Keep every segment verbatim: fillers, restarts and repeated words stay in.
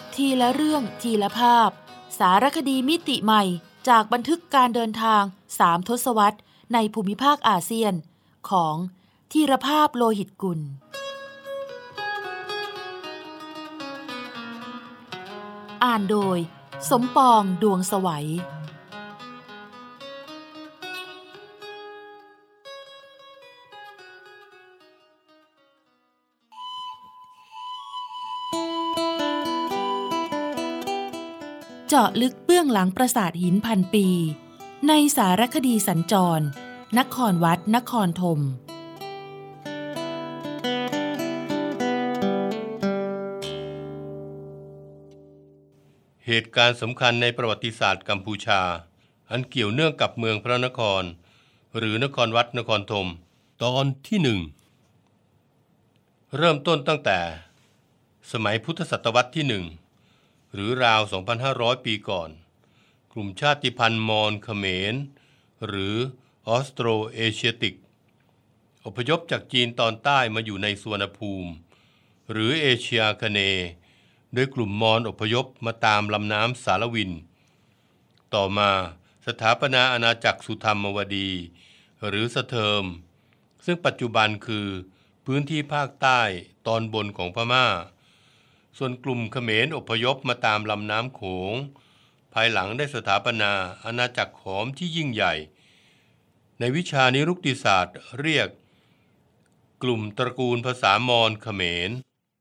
ทีละเรื่องทีละภาพสารคดีมิติใหม่จากบันทึกการเดินทางสามทศวรรษในภูมิภาคอาเซียนของธีรภาพโลหิตกุลอ่านโดยสมปองดวงไสวัยเจาะลึกเบื้องหลังปราสาทหินพันปีในสารคดีสัญจรนครวัดนครธมเหตุการณ์สำคัญในประวัติศาสตร์กัมพูชาอันเกี่ยวเนื่องกับเมืองพระนครหรือนครวัดนครธมตอนที่หนึ่งเริ่มต้นตั้งแต่สมัยพุทธศตวรรษที่หนึ่งหรือราว สองพันห้าร้อย ปีก่อนกลุ่มชาติพันธุ์มอญเขมรหรือออสโตรเอเชียติกอพยพจากจีนตอนใต้มาอยู่ในสุวรรณภูมิหรือเอเชียคเนย์โดยกลุ่มมอญอพยพมาตามลำน้ำสารวินต่อมาสถาปนาอาณาจักรสุธรรมวดีหรือสะเทิมซึ่งปัจจุบันคือพื้นที่ภาคใต้ตอนบนของพม่าส่วนกลุ่มเขมรอพยพมาตามลำน้ำโขงภายหลังได้สถาปนาอาณาจักรขอมที่ยิ่งใหญ่ในวิชานิรุกติศาสตร์เรียกกลุ่มตระกูลภาษามอญเขมร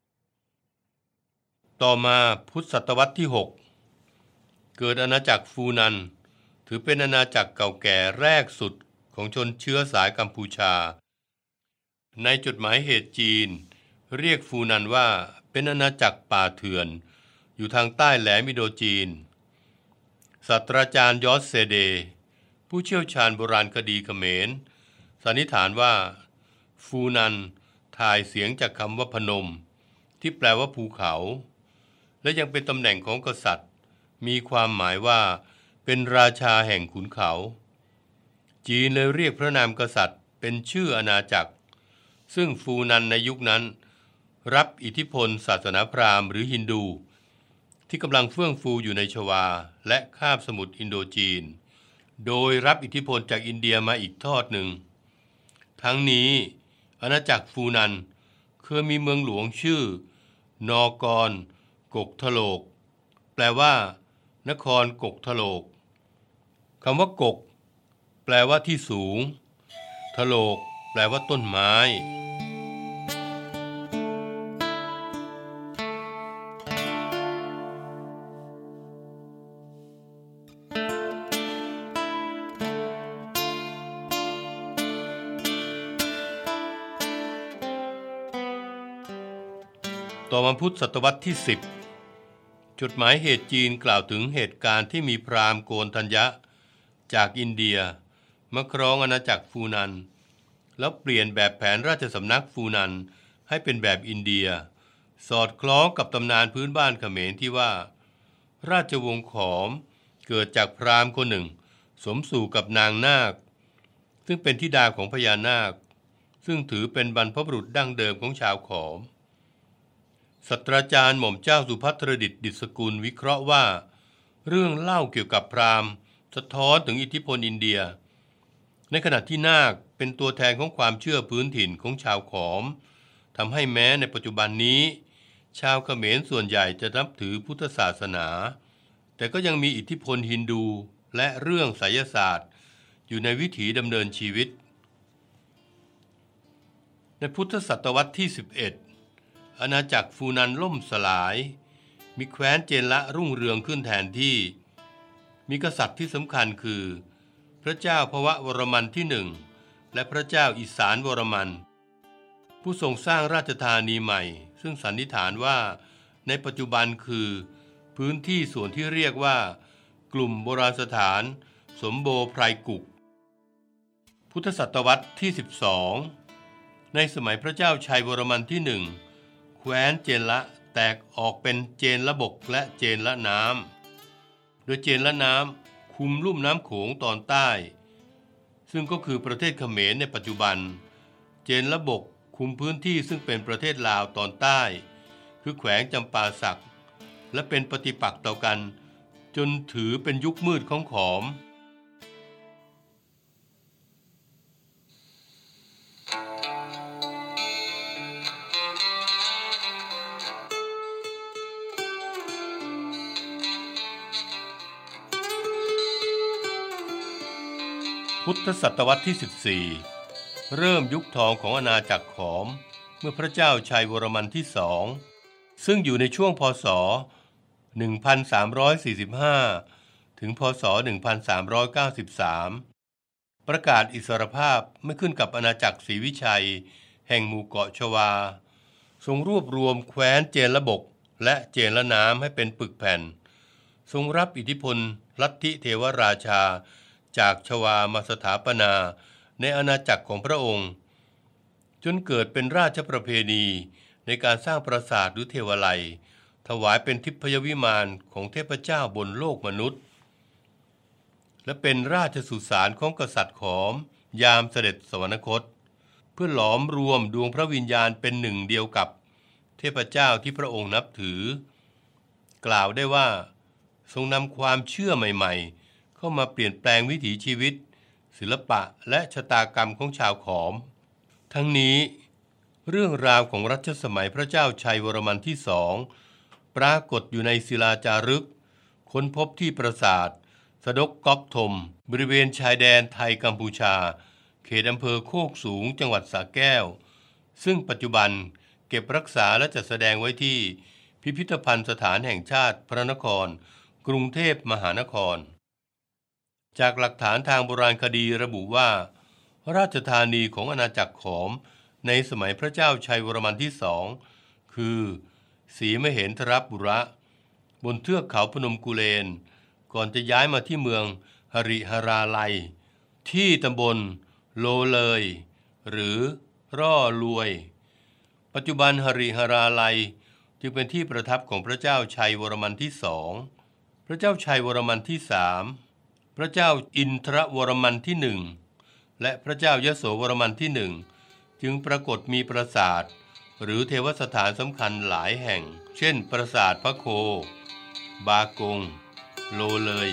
ต่อมาพุทธศตวรรษที่หกเกิดอาณาจักรฟูนันถือเป็นอาณาจักรเก่าแก่แรกสุดของชนเชื้อสายกัมพูชาในจดหมายเหตุจีนเรียกฟูนันว่าเป็นอาณาจักรป่าเถื่อนอยู่ทางใต้แหลมอินโดจีนศาสตราจารย์ยอสเซเดผู้เชี่ยวชาญโบราณคดีเขมรสันนิษฐานว่าฟูนันถ่ายเสียงจากคำว่าพนมที่แปลว่าภูเขาและยังเป็นตำแหน่งของกษัตริย์มีความหมายว่าเป็นราชาแห่งขุนเขาจีนเลยเรียกพระนามกษัตริย์เป็นชื่ออาณาจักรซึ่งฟูนันในยุคนั้นรับอิทธิพลศาสนาพราหมณ์หรือฮินดูที่กำลังเฟื่องฟูอยู่ในชวาและคาบสมุทรอินโดจีนโดยรับอิทธิพลจากอินเดียมาอีกทอดหนึ่งทั้งนี้อาณาจักรฟูนันเคยมีเมืองหลวงชื่อนอกรกกทะโลกแปลว่านครกกทะโลกคำว่ากกแปลว่าที่สูงทะโลกแปลว่าต้นไม้ต่อมาพุทธศตวรรษที่สิบจดหมายเหตุจีนกล่าวถึงเหตุการณ์ที่มีพราหมณ์โกนทัญญะจากอินเดียมาครองอาณาจักรฟูนันแล้วเปลี่ยนแบบแผนราชสำนักฟูนันให้เป็นแบบอินเดียสอดคล้องกับตำนานพื้นบ้านเขมรที่ว่าราชวงศ์ขอมเกิดจากพราหมณ์คนหนึ่งสมสู่กับนางนาคซึ่งเป็นธิดาของพญานาคซึ่งถือเป็นบรรพบุรุษดั้งเดิมของชาวขอมศาสตราจารย์หม่อมเจ้าสุภัทรดิษฐ์ดิษกุลวิเคราะห์ว่าเรื่องเล่าเกี่ยวกับพราหมณ์สะท้อนถึงอิทธิพลอินเดียในขณะที่นาคเป็นตัวแทนของความเชื่อพื้นถิ่นของชาวขอมทำให้แม้ในปัจจุบันนี้ชาวเขมรส่วนใหญ่จะนับถือพุทธศาสนาแต่ก็ยังมีอิทธิพลฮินดูและเรื่องไสยศาสตร์อยู่ในวิถีดำเนินชีวิตในพุทธศตวรรษที่สิบเอ็ดอาณาจักรฟูนันล่มสลายมีแคว้นเจนละรุ่งเรืองขึ้นแทนที่มีกษัตริย์ที่สำคัญคือพระเจ้าพววรมันที่หนึ่งและพระเจ้าอิสานวรมันผู้ทรงสร้างราชธานีใหม่ซึ่งสันนิษฐานว่าในปัจจุบันคือพื้นที่ส่วนที่เรียกว่ากลุ่มโบราณสถานสมโบไพรกุกพุทธศตวรรษที่สิบสองในสมัยพระเจ้าชัยวรมันที่หนึ่งแคว้นเจนละแตกออกเป็นเจนละบกและเจนละน้ำโดยเจนละน้ำคุมลุ่มน้ำโขงตอนใต้ซึ่งก็คือประเทศเขมรในปัจจุบันเจนละบกคุมพื้นที่ซึ่งเป็นประเทศลาวตอนใต้คือแขวงจำปาสักและเป็นปฏิปักษ์ต่อกันจนถือเป็นยุคมืดของขอมพุทธศตวรรษที่สิบสี่เริ่มยุคทองของอาณาจักรขอมเมื่อพระเจ้าชัยวรมันที่สองซึ่งอยู่ในช่วงพ.ศ. หนึ่งพันสามร้อยสี่สิบห้า ถึงพ.ศ. หนึ่งพันสามร้อยเก้าสิบสาม ประกาศอิสรภาพไม่ขึ้นกับอาณาจักรศรีวิชัยแห่งหมู่เกาะชวาทรงรวบรวมแคว้นเจนละบกและเจนละน้ำให้เป็นปึกแผ่นทรงรับอิทธิพลลัทธิเทวราชาจากชวามาสถาปนาในอาณาจักรของพระองค์จนเกิดเป็นราชประเพณีในการสร้างปราสาทหรือเทวาลัยถวายเป็นทิพยวิมานของเทพเจ้าบนโลกมนุษย์และเป็นราชสุสานของกษัตริย์ขอมยามเสด็จสวรรคตเพื่อหลอมรวมดวงพระวิญญาณเป็นหนึ่งเดียวกับเทพเจ้าที่พระองค์นับถือกล่าวได้ว่าทรงนำความเชื่อใหม่ๆเข้ามาเปลี่ยนแปลงวิถีชีวิตศิลปะและชะตากรรมของชาวขอมทั้งนี้เรื่องราวของรัชสมัยพระเจ้าชัยวรมันที่สองปรากฏอยู่ในศิลาจารึกค้นพบที่ปราสาทสะดกก๊อกธมบริเวณชายแดนไทยกัมพูชาเขตอำเภอโคกสูงจังหวัดสระแก้วซึ่งปัจจุบันเก็บรักษาและจัดแสดงไว้ที่พิพิธภัณฑ์สถานแห่งชาติพระนครกรุงเทพมหานครจากหลักฐานทางโบราณคดีระบุว่าราชธานีของอาณาจักรขอมในสมัยพระเจ้าชัยวรมันที่สองคือศรีมเหนทรปุระบนเทือกเขาพนมกุเลนก่อนจะย้ายมาที่เมืองหริหราลัยที่ตำบลโลเลยหรือร่อรวยปัจจุบันหริหราลัยจึงเป็นที่ประทับของพระเจ้าชัยวรมันที่สองพระเจ้าชัยวรมันที่สามพระเจ้าอินทรวรมันที่หนึ่งและพระเจ้ายโสวรมันที่หนึ่งจึงปรากฏมีปราสาทหรือเทวสถานสำคัญหลายแห่งเช่นปราสาทพระโคบากงโลเลย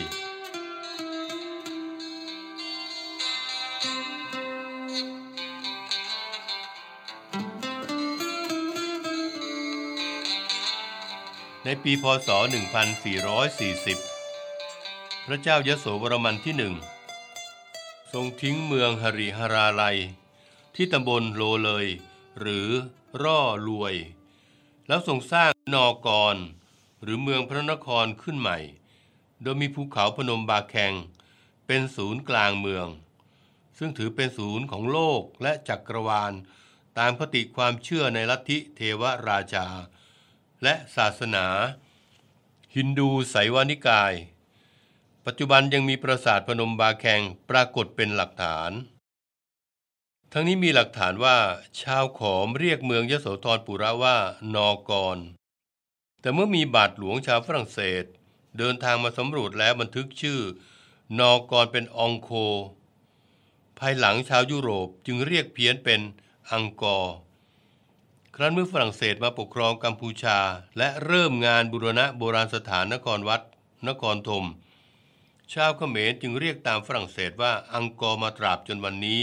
ในปีพ.ศ. หนึ่งพันสี่ร้อยสี่สิบพระเจ้ายโสวรมันที่หนึ่งทรงทิ้งเมืองหริหราลัยที่ตำบลโลเลยหรือร่อรวยแล้วทรงสร้างนอกรหรือเมืองพระนครขึ้นใหม่โดยมีภูเขาพนมบาแคงเป็นศูนย์กลางเมืองซึ่งถือเป็นศูนย์ของโลกและจักรวาลตามคติความเชื่อในลัทธิเทวราชาและศาสนาฮินดูไสยวานิกายปัจจุบันยังมีปราสาทพนมบาแคงปรากฏเป็นหลักฐานทั้งนี้มีหลักฐานว่าชาวขอมเรียกเมืองยโสธรปุระว่านอกรแต่เมื่อมีบาทหลวงชาวฝรั่งเศสเดินทางมาสำรวจแล้วบันทึกชื่อนอกรเป็นองโคภายหลังชาวยุโรปจึงเรียกเพี้ยนเป็นอังกอร์ครั้นเมื่อฝรั่งเศสมาปกครองกัมพูชาและเริ่มงานบูรณะโบราณสถานนครวัดนครธมชาวเขมรจึงเรียกตามฝรั่งเศสว่าอังกอร์มาตราบจนวันนี้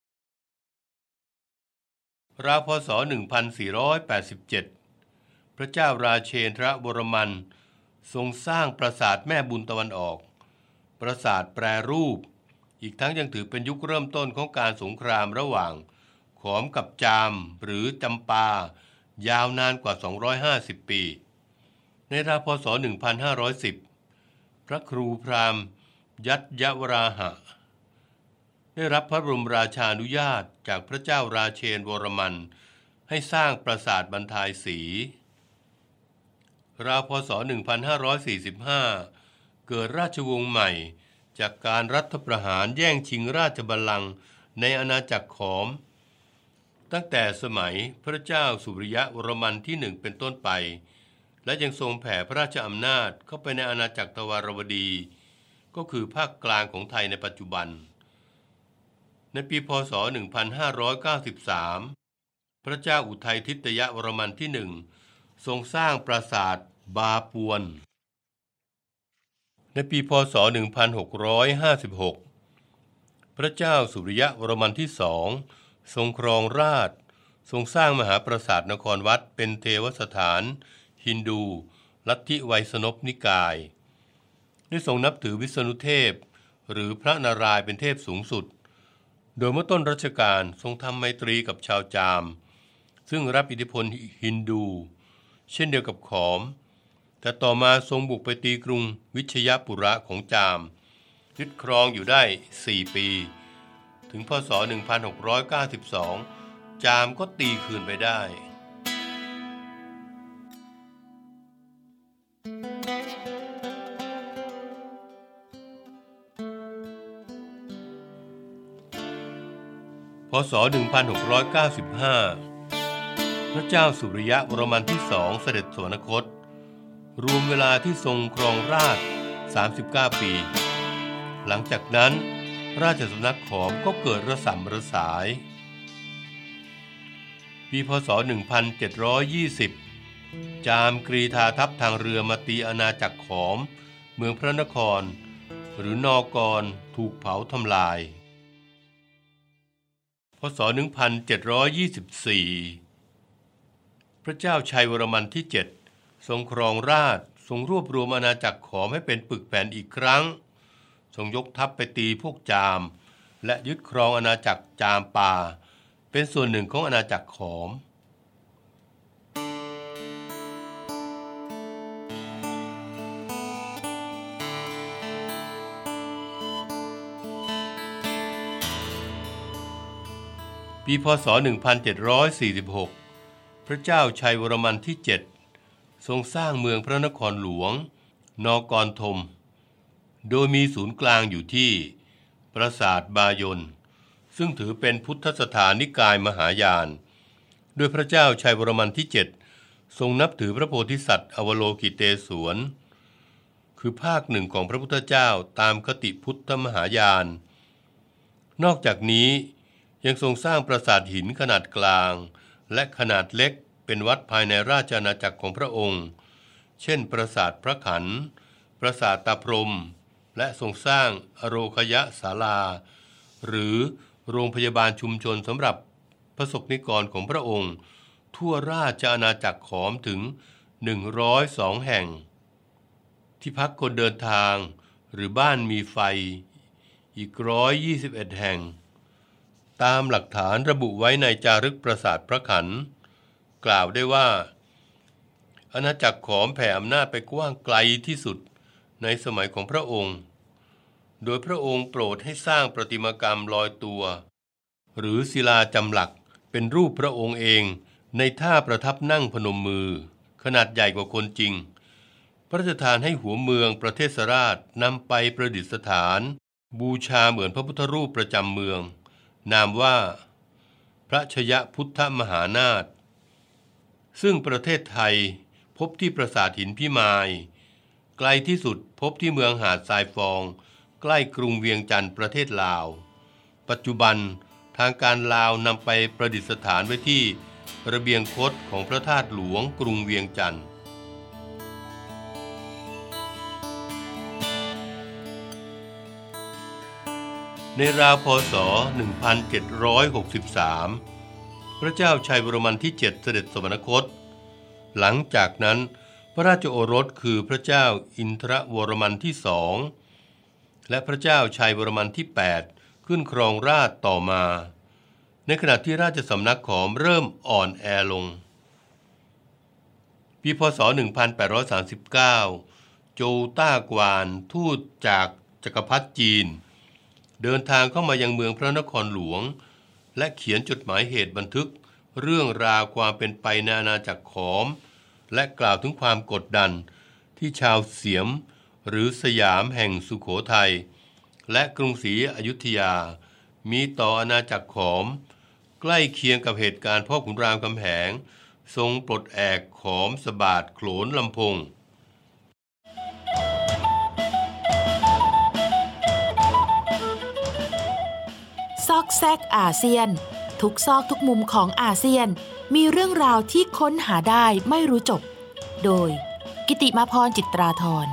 ราวพ.ศ. หนึ่งพันสี่ร้อยแปดสิบเจ็ดพระเจ้าราเชนทรวรมันทรงสร้างปราสาทแม่บุญตะวันออกปราสาทแปรรูปอีกทั้งยังถือเป็นยุคเริ่มต้นของการสงครามระหว่างขอมกับจามหรือจำปายาวนานกว่าสองร้อยห้าสิบปีในราวพ.ศ. หนึ่งพันห้าร้อยสิบพระครูพราหมณ์ยัตยวราหะได้รับพระบรมราชานุญาตจากพระเจ้าราเชนวรมันให้สร้างปราสาทบรรทายศรีราวพ.ศ. หนึ่งพันห้าร้อยสี่สิบห้าเกิดราชวงศ์ใหม่จากการรัฐประหารแย่งชิงราชบัลลังก์ในอาณาจักรขอมตั้งแต่สมัยพระเจ้าสุริยะวรมันที่หนึ่งเป็นต้นไปและยังทรงแผ่พระราชอำนาจเข้าไปในอาณาจักรทวารวดีก็คือภาคกลางของไทยในปัจจุบันในปีพ.ศ. หนึ่งพันห้าร้อยเก้าสิบสามพระเจ้าอุทัยทิตยวรมันที่หนึ่งทรงสร้างปราสาทบาปวนในปีพ.ศ. หนึ่งพันหกร้อยห้าสิบหกพระเจ้าสุริยะวรมันที่สองทรงครองราชย์ทรงสร้างมหาปราสาทนครวัดเป็นเทวสถานฮินดูลัทธิไวยสนพนิกายได้ทรงนับถือวิษณุเทพหรือพระนารายณ์เป็นเทพสูงสุดโดยเมื่อต้นรัชกาลทรงทำไมตรีกับชาวจามซึ่งรับอิทธิพลฮินดูเช่นเดียวกับขอมแต่ต่อมาทรงบุกไปตีกรุงวิชยปุระของจามยึดครองอยู่ได้สี่ปีถึงพ.ศ. หนึ่งพันหกร้อยเก้าสิบสองจามก็ตีคืนไปได้พ.ศ. หนึ่งพันหกร้อยเก้าสิบห้าพระเจ้าสุริยะวรมันที่สองเสด็จสวรรคตรวมเวลาที่ทรงครองราชย์สามสิบเก้าปีหลังจากนั้นราชสำนักขอมก็เกิดระส่ำระสายปีพ.ศ. หนึ่งพันเจ็ดร้อยยี่สิบจามกรีธาทัพทางเรือมาตีอาณาจักรขอมเมืองพระนครหรือนอกรถูกเผาทำลายพ.ศ. หนึ่งพันเจ็ดร้อยยี่สิบสี่พระเจ้าชัยวรมันที่เจ็ดทรงครองราชย์ทรงรวบรวมอาณาจักรขอมให้เป็นปึกแผ่นอีกครั้งทรงยกทัพไปตีพวกจามและยึดครองอาณาจักรจามปาเป็นส่วนหนึ่งของอาณาจักรขอมปีพ.ศ. หนึ่งพันเจ็ดร้อยสี่สิบหกพระเจ้าชัยวรมันที่เจ็ดทรงสร้างเมืองพระนครหลวงนกรธมโดยมีศูนย์กลางอยู่ที่ปราสาทบายนซึ่งถือเป็นพุทธสถานนิกายมหายานโดยพระเจ้าชัยวรมันที่เจ็ดทรงนับถือพระโพธิสัตว์อวโลกิเตศวรคือภาคหนึ่งของพระพุทธเจ้าตามคติพุทธมหายานนอกจากนี้ยังทรงสร้างปราสาทหินขนาดกลางและขนาดเล็กเป็นวัดภายในราชอาณาจักรของพระองค์เช่นปราสาทพระขันปราสาทตาพรหมและทรงสร้างอโรคยศาลาหรือโรงพยาบาลชุมชนสำหรับพระสงฆ์นิกรของพระองค์ทั่วราชอาณาจักรขอมถึงหนึ่งร้อยสองแห่งที่พักคนเดินทางหรือบ้านมีไฟอีกหนึ่งร้อยยี่สิบเอ็ดแห่งตามหลักฐานระบุไว้ในจารึกปราสาทพระขันกล่าวได้ว่าอาณาจักรขอมแผ่อำนาจไปกว้างไกลที่สุดในสมัยของพระองค์โดยพระองค์โปรดให้สร้างประติมากรรมลอยตัวหรือศิลาจำหลักเป็นรูปพระองค์เองในท่าประทับนั่งพนมมือขนาดใหญ่กว่าคนจริงพระราชทานให้หัวเมืองประเทศราชนำไปประดิษฐานบูชาเหมือนพระพุทธรูปประจำเมืองนามว่าพระชยพุทธมหานาถซึ่งประเทศไทยพบที่ปราสาทหินพิมายไกลที่สุดพบที่เมืองหาดทรายฟองใกล้กรุงเวียงจันทร์ประเทศลาวปัจจุบันทางการลาวนำไปประดิษฐานไว้ที่ระเบียงคดของพระธาตุหลวงกรุงเวียงจันทร์ในราวพ.ศ. หนึ่งพันเจ็ดร้อยหกสิบสามพระเจ้าชัยวรมันที่เจ็ดเสด็จสวรรคตหลังจากนั้นพระราชโอรสคือพระเจ้าอินทรวรมันที่สองและพระเจ้าชัยวรมันที่แปดขึ้นครองราชย์ต่อมาในขณะที่ราชสำนักขอมเริ่มอ่อนแอลงปีพ.ศ. หนึ่งพันแปดร้อยสามสิบเก้าโจวต้ากวานทูตจากจักรพรรดิจีนเดินทางเข้ามายังเมืองพระนครหลวงและเขียนจดหมายเหตุบันทึกเรื่องราวความเป็นไปในอาณาจักรขอมและกล่าวถึงความกดดันที่ชาวเสียมหรือสยามแห่งสุโขทัยและกรุงศรีอยุธยามีต่ออาณาจักรขอมใกล้เคียงกับเหตุการณ์พ่อขุนรามคำแหงทรงปลดแอกขอมสบาทโขนลำพงซอกแซกอาเซียนทุกซอกทุกมุมของอาเซียนมีเรื่องราวที่ค้นหาได้ไม่รู้จบโดยกิติมาพรจิตราธร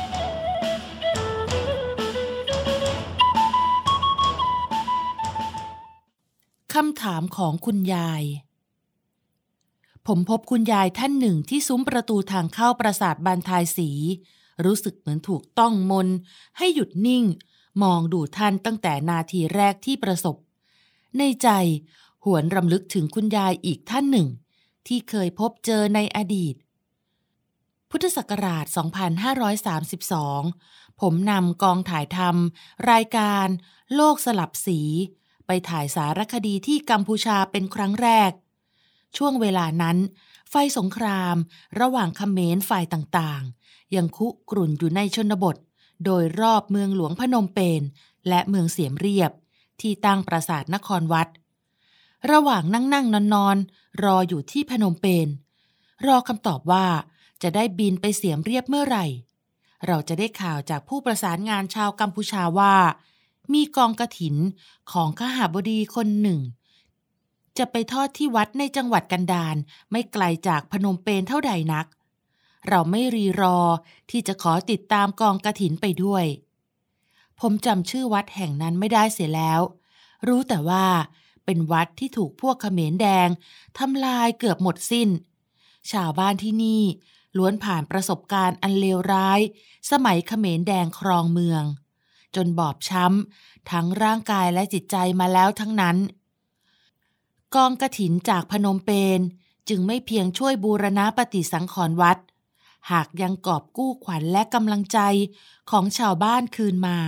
คำถามของคุณยายผมพบคุณยายท่านหนึ่งที่ซุ้มประตูทางเข้าปราสาทบานทายศรีรู้สึกเหมือนถูกต้องมนต์ให้หยุดนิ่งมองดูท่านตั้งแต่นาทีแรกที่ประสบในใจหวนรำลึกถึงคุณยายอีกท่านหนึ่งที่เคยพบเจอในอดีตพุทธศักราช สองพันห้าร้อยสามสิบสอง ผมนำกองถ่ายทำรายการโลกสลับสีไปถ่ายสารคดีที่กัมพูชาเป็นครั้งแรกช่วงเวลานั้นไฟสงครามระหว่างเขมรฝ่ายต่างๆยังคุกรุ่นอยู่ในชนบทโดยรอบเมืองหลวงพนมเปญและเมืองเสียมเรียบที่ตั้งปราสาทนครวัดระหว่างนั่งๆนอนๆรออยู่ที่พนมเปญรอคำตอบว่าจะได้บินไปเสียมเรียบเมื่อไหร่เราจะได้ข่าวจากผู้ประสานงานชาวกัมพูชาว่ามีกองกฐินของขหบดีคนหนึ่งจะไปทอดที่วัดในจังหวัดกันดารไม่ไกลจากพนมเปญเท่าใดนักเราไม่รีรอที่จะขอติดตามกองกฐินไปด้วยผมจำชื่อวัดแห่งนั้นไม่ได้เสียแล้วรู้แต่ว่าเป็นวัดที่ถูกพวกเขมรแดงทำลายเกือบหมดสิ้นชาวบ้านที่นี่ล้วนผ่านประสบการณ์อันเลวร้ายสมัยเขมรแดงครองเมืองจนบอบช้ำทั้งร่างกายและจิตใจมาแล้วทั้งนั้นกองกฐินจากพนมเปญจึงไม่เพียงช่วยบูรณะปฏิสังขรณ์วัดหากยังกอบกู้ขวัญและกำลังใจของชาวบ้านคืนมา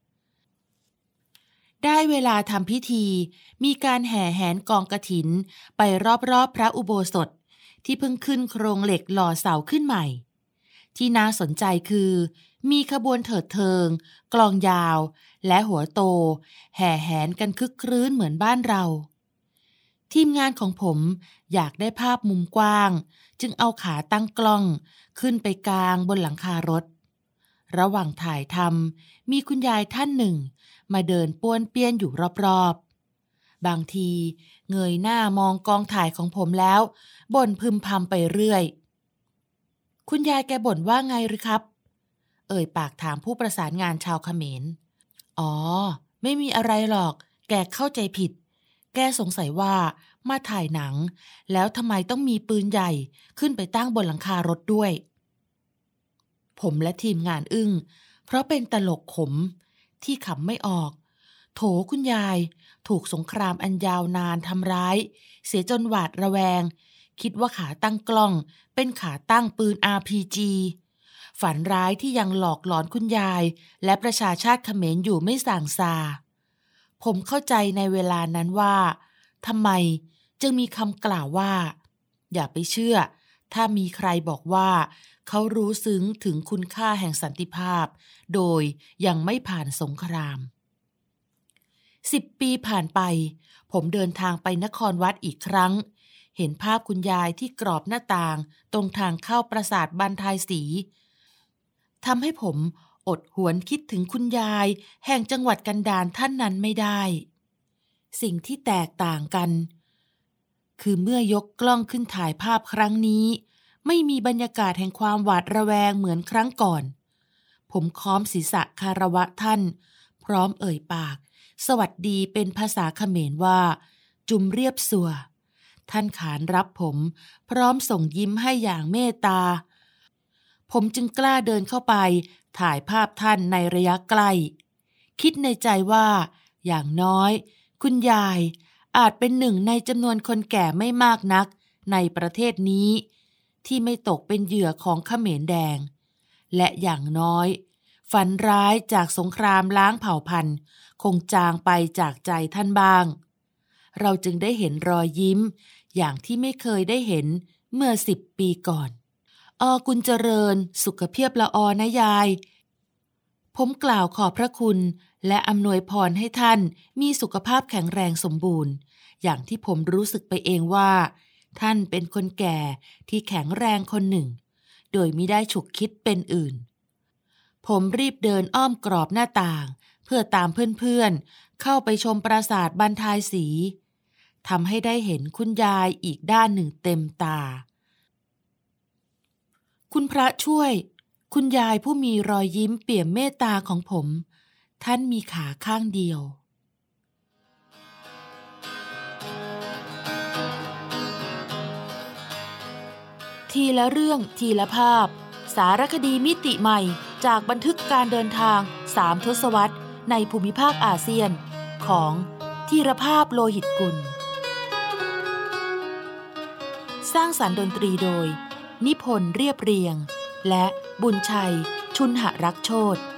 ได้เวลาทำพิธีมีการแห่แหนกองกฐินไปรอบๆพระอุโบสถที่เพิ่งขึ้นโครงเหล็กหล่อเสาขึ้นใหม่ที่น่าสนใจคือมีขบวนเถิดเทิงกลองยาวและหัวโตแห่แหนกันคึกครื้นเหมือนบ้านเราทีมงานของผมอยากได้ภาพมุมกว้างจึงเอาขาตั้งกล้องขึ้นไปกลางบนหลังคารถระหว่างถ่ายทำมีคุณยายท่านหนึ่งมาเดินป้วนเปี้ยนอยู่รอบๆบางทีเงยหน้ามองกองถ่ายของผมแล้วบ่นพึมพำไปเรื่อยคุณยายแกบ่นว่าไงหรือครับเอ่ยปากถามผู้ประสานงานชาวเขมรอ๋อไม่มีอะไรหรอกแกเข้าใจผิดแกสงสัยว่ามาถ่ายหนังแล้วทำไมต้องมีปืนใหญ่ขึ้นไปตั้งบนหลังคารถด้วยผมและทีมงานอึ้งเพราะเป็นตลกขมที่ขำไม่ออกโถคุณยายถูกสงครามอันยาวนานทำร้ายเสียจนหวาดระแวงคิดว่าขาตั้งกล้องเป็นขาตั้งปืน อาร์ พี จี ฝันร้ายที่ยังหลอกหลอนคุณยายและประชาชาติเขมรอยู่ไม่ส่างซาผมเข้าใจในเวลานั้นว่าทำไมจึงมีคำกล่าวว่าอย่าไปเชื่อถ้ามีใครบอกว่าเขารู้ซึ้งถึงคุณค่าแห่งสันติภาพโดยยังไม่ผ่านสงครามสิบปีผ่านไปผมเดินทางไปนครวัดอีกครั้งเห็นภาพคุณยายที่กรอบหน้าต่างตรงทางเข้าปราสาทบานทายศรีทำให้ผมอดหวนคิดถึงคุณยายแห่งจังหวัดกันดารท่านนั้นไม่ได้สิ่งที่แตกต่างกันคือเมื่อยกกล้องขึ้นถ่ายภาพครั้งนี้ไม่มีบรรยากาศแห่งความหวาดระแวงเหมือนครั้งก่อนผมค้อมศีรษะคารวะท่านพร้อมเอ่ยปากสวัสดีเป็นภาษาเขมรว่าจุมเรียบสัวท่านขานรับผมพร้อมส่งยิ้มให้อย่างเมตตาผมจึงกล้าเดินเข้าไปถ่ายภาพท่านในระยะใกล้คิดในใจว่าอย่างน้อยคุณยายอาจเป็นหนึ่งในจำนวนคนแก่ไม่มากนักในประเทศนี้ที่ไม่ตกเป็นเหยื่อของเขมรแดงและอย่างน้อยฝันร้ายจากสงครามล้างเผ่าพันธุ์คงจางไปจากใจท่านบ้างเราจึงได้เห็นรอยยิ้มอย่างที่ไม่เคยได้เห็นเมื่อสิบปีก่อนอกุลเจริญสุขเพียบละออนะยายผมกล่าวขอบพระคุณและอำนวยพรให้ท่านมีสุขภาพแข็งแรงสมบูรณ์อย่างที่ผมรู้สึกไปเองว่าท่านเป็นคนแก่ที่แข็งแรงคนหนึ่งโดยมิได้ฉุกคิดเป็นอื่นผมรีบเดินอ้อมกรอบหน้าต่างเพื่อตามเพื่อนๆเข้าไปชมปราสาทบานทายศรีทำให้ได้เห็นคุณยายอีกด้านหนึ่งเต็มตาคุณพระช่วยคุณยายผู้มีรอยยิ้มเปี่ยมเมตตาของผมท่านมีขาข้างเดียวทีละเรื่องทีละภาพสารคดีมิติใหม่จากบันทึกการเดินทางสามทศวรรษในภูมิภาคอาเซียนของธีรภาพโลหิตกุลสร้างสรรค์ดนตรีโดยนิพนธ์เรียบเรียงและบุญชัยชุนหรักโชติ